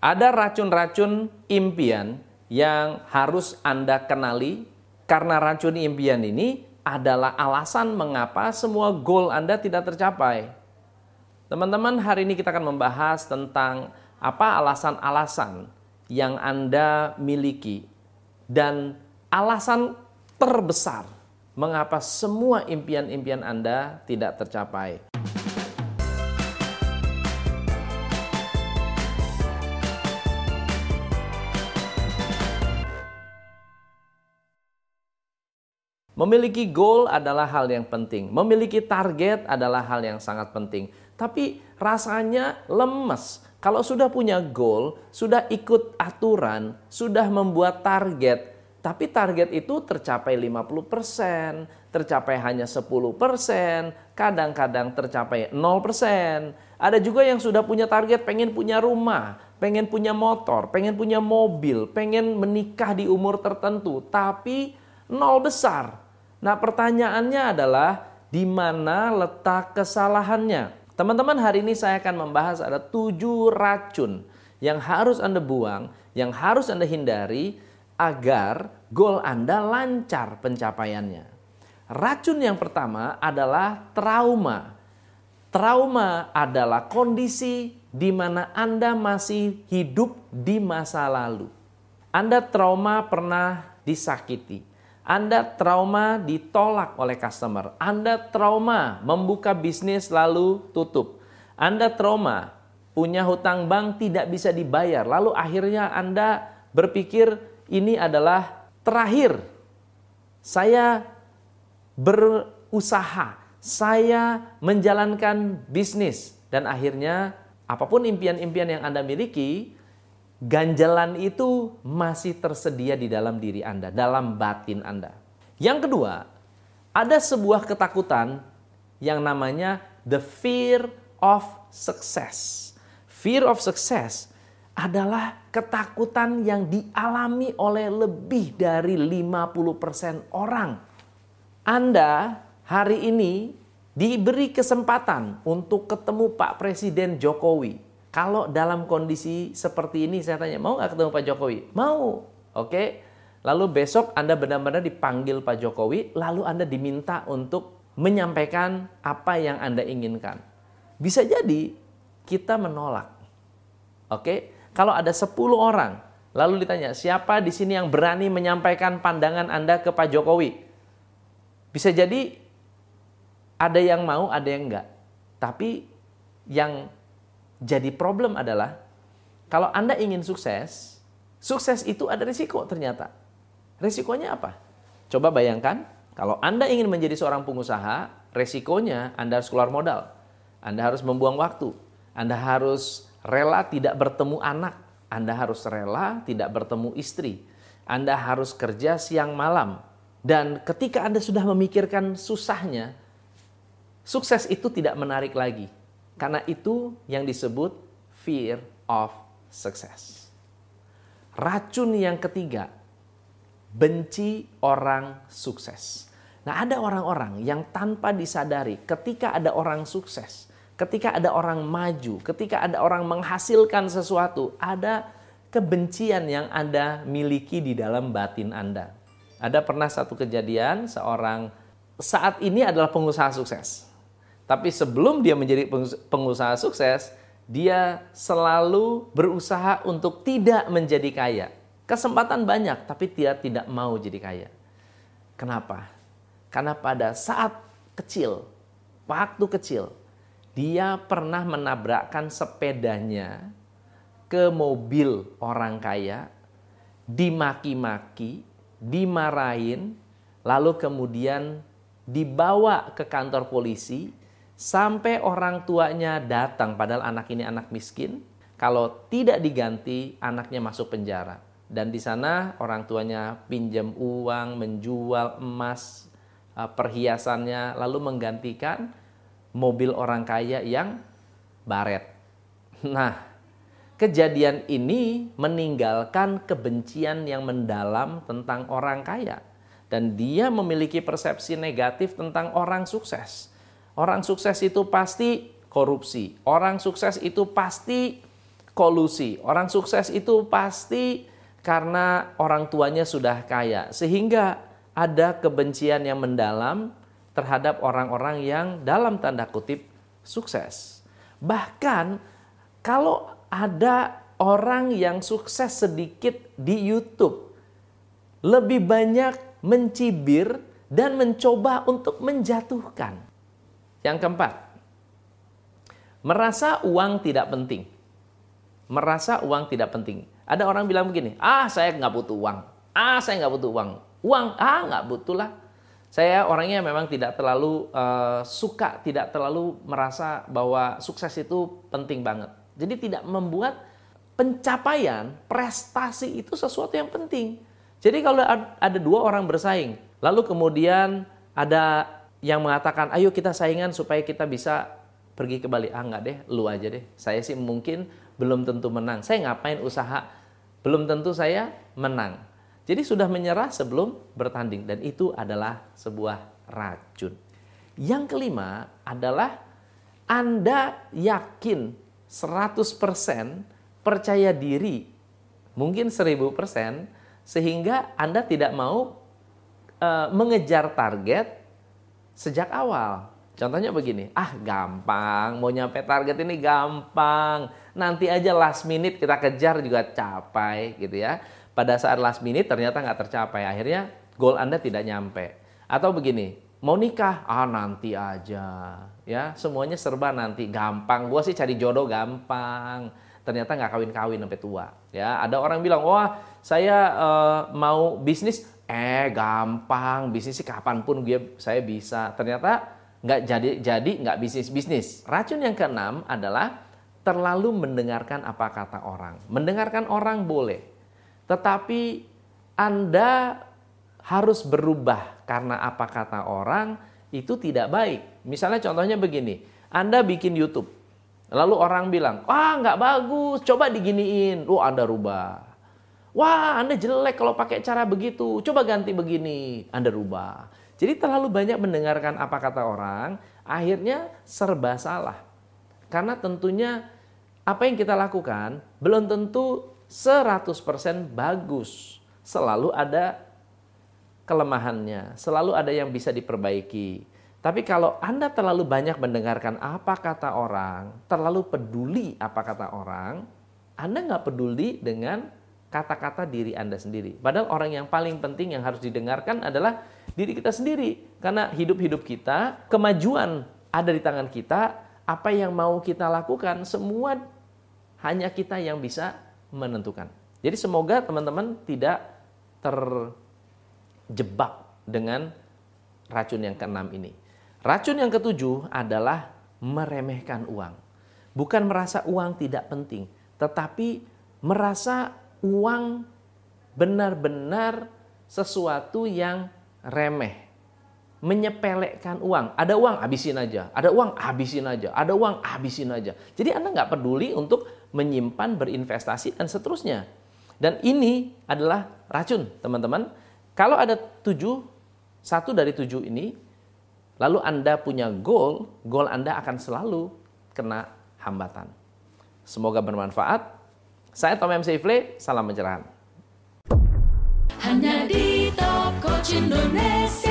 Ada racun-racun impian yang harus Anda kenali, karena racun impian ini adalah alasan mengapa semua goal Anda tidak tercapai. Teman-teman, hari ini kita akan membahas tentang apa alasan-alasan yang Anda miliki dan alasan terbesar mengapa semua impian-impian Anda tidak tercapai. Memiliki goal adalah hal yang penting. Memiliki target adalah hal yang sangat penting. Tapi rasanya lemes. Kalau sudah punya goal, sudah ikut aturan, sudah membuat target, tapi target itu tercapai 50%, tercapai hanya 10%, kadang-kadang tercapai 0%. Ada juga yang sudah punya target pengen punya rumah, pengen punya motor, pengen punya mobil, pengen menikah di umur tertentu, tapi 0 besar. Nah, pertanyaannya adalah di mana letak kesalahannya? Teman-teman, hari ini saya akan membahas ada 7 racun yang harus Anda buang, yang harus Anda hindari agar goal Anda lancar pencapaiannya. Racun yang pertama adalah trauma. Trauma adalah kondisi di mana Anda masih hidup di masa lalu. Anda trauma pernah disakiti. Anda trauma ditolak oleh customer. Anda trauma membuka bisnis lalu tutup. Anda trauma punya hutang bank tidak bisa dibayar. Lalu akhirnya Anda berpikir ini adalah terakhir. Saya berusaha. Saya menjalankan bisnis. Dan akhirnya apapun impian-impian yang Anda miliki, ganjalan itu masih tersedia di dalam diri Anda, dalam batin Anda. Yang kedua, ada sebuah ketakutan yang namanya the fear of success. Fear of success adalah ketakutan yang dialami oleh lebih dari 50% orang. Anda hari ini diberi kesempatan untuk ketemu Pak Presiden Jokowi. Kalau dalam kondisi seperti ini saya tanya, mau nggak ketemu Pak Jokowi? Mau. Oke. Lalu besok Anda benar-benar dipanggil Pak Jokowi, lalu Anda diminta untuk menyampaikan apa yang Anda inginkan. Bisa jadi kita menolak. Oke. Kalau ada 10 orang, lalu ditanya, siapa di sini yang berani menyampaikan pandangan Anda ke Pak Jokowi? Bisa jadi ada yang mau, ada yang enggak. Tapi yang jadi problem adalah kalau Anda ingin sukses, sukses itu ada risiko ternyata. Risikonya apa? Coba bayangkan, kalau Anda ingin menjadi seorang pengusaha, risikonya Anda harus keluar modal. Anda harus membuang waktu. Anda harus rela tidak bertemu anak. Anda harus rela tidak bertemu istri. Anda harus kerja siang malam. Dan ketika Anda sudah memikirkan susahnya, sukses itu tidak menarik lagi. Karena itu yang disebut fear of success. Racun yang ketiga, benci orang sukses. Nah, ada orang-orang yang tanpa disadari ketika ada orang sukses, ketika ada orang maju, ketika ada orang menghasilkan sesuatu, ada kebencian yang Anda miliki di dalam batin Anda. Ada pernah satu kejadian, seorang saat ini adalah pengusaha sukses. Tapi sebelum dia menjadi pengusaha sukses, dia selalu berusaha untuk tidak menjadi kaya. Kesempatan banyak, tapi dia tidak mau jadi kaya. Kenapa? Karena pada saat kecil, waktu kecil, dia pernah menabrakkan sepedanya ke mobil orang kaya, dimaki-maki, dimarahin, lalu kemudian dibawa ke kantor polisi, sampai orang tuanya datang, padahal anak ini anak miskin. Kalau tidak diganti, anaknya masuk penjara. Dan di sana orang tuanya pinjam uang, menjual emas, perhiasannya, lalu menggantikan mobil orang kaya yang baret. Nah, kejadian ini meninggalkan kebencian yang mendalam tentang orang kaya. Dan dia memiliki persepsi negatif tentang orang sukses. Orang sukses itu pasti korupsi. Orang sukses itu pasti kolusi. Orang sukses itu pasti karena orang tuanya sudah kaya. Sehingga ada kebencian yang mendalam terhadap orang-orang yang dalam tanda kutip sukses. Bahkan kalau ada orang yang sukses sedikit di YouTube, lebih banyak mencibir dan mencoba untuk menjatuhkan. Yang keempat, merasa uang tidak penting. Merasa uang tidak penting. Ada orang bilang begini, saya nggak butuh uang. Saya nggak butuh uang. Uang, nggak butuh lah. Saya orangnya memang tidak terlalu suka, tidak terlalu merasa bahwa sukses itu penting banget. Jadi tidak membuat pencapaian, prestasi itu sesuatu yang penting. Jadi kalau ada dua orang bersaing, lalu kemudian ada yang mengatakan, ayo kita saingan supaya kita bisa pergi ke Bali. Enggak deh, lu aja deh. Saya sih mungkin belum tentu menang. Saya ngapain usaha? Belum tentu saya menang. Jadi sudah menyerah sebelum bertanding. Dan itu adalah sebuah racun. Yang kelima adalah Anda yakin 100% percaya diri. Mungkin 1000%. Sehingga Anda tidak mau mengejar target sejak awal. Contohnya begini, gampang, mau nyampe target ini gampang. Nanti aja last minute kita kejar juga capai gitu ya. Pada saat last minute ternyata nggak tercapai. Akhirnya goal Anda tidak nyampe. Atau begini, mau nikah, nanti aja. Ya, semuanya serba nanti, gampang. Gua sih cari jodoh gampang. Ternyata nggak kawin-kawin sampai tua. Ya, ada orang bilang, wah saya mau bisnis, gampang, bisnis sih kapanpun saya bisa. Ternyata nggak jadi nggak bisnis. Racun yang keenam adalah terlalu mendengarkan apa kata orang. Mendengarkan orang boleh, tetapi Anda harus berubah karena apa kata orang itu tidak baik. Misalnya contohnya begini, Anda bikin YouTube, lalu orang bilang, nggak bagus, coba diginiin, Anda rubah. Wah, Anda jelek kalau pakai cara begitu, coba ganti begini, Anda rubah. Jadi terlalu banyak mendengarkan apa kata orang, akhirnya serba salah. Karena tentunya apa yang kita lakukan belum tentu 100% bagus. Selalu ada kelemahannya, selalu ada yang bisa diperbaiki. Tapi kalau Anda terlalu banyak mendengarkan apa kata orang, terlalu peduli apa kata orang, Anda nggak peduli dengan kata-kata diri Anda sendiri. Padahal orang yang paling penting yang harus didengarkan adalah diri kita sendiri. Karena hidup-hidup kita, kemajuan ada di tangan kita, apa yang mau kita lakukan, semua hanya kita yang bisa menentukan. Jadi semoga teman-teman tidak terjebak dengan racun yang keenam ini. Racun yang ketujuh adalah meremehkan uang. Bukan merasa uang tidak penting, tetapi merasa uang benar-benar sesuatu yang remeh. Menyepelekan uang. Ada uang, habisin aja. Ada uang, habisin aja. Ada uang, habisin aja. Jadi Anda nggak peduli untuk menyimpan, berinvestasi, dan seterusnya. Dan ini adalah racun, teman-teman. Kalau ada 7, satu dari 7 ini, lalu Anda punya goal Anda akan selalu kena hambatan. Semoga bermanfaat. Saya Tom M. Seifle, salam pencerahan. Hanya di Top Coach Indonesia.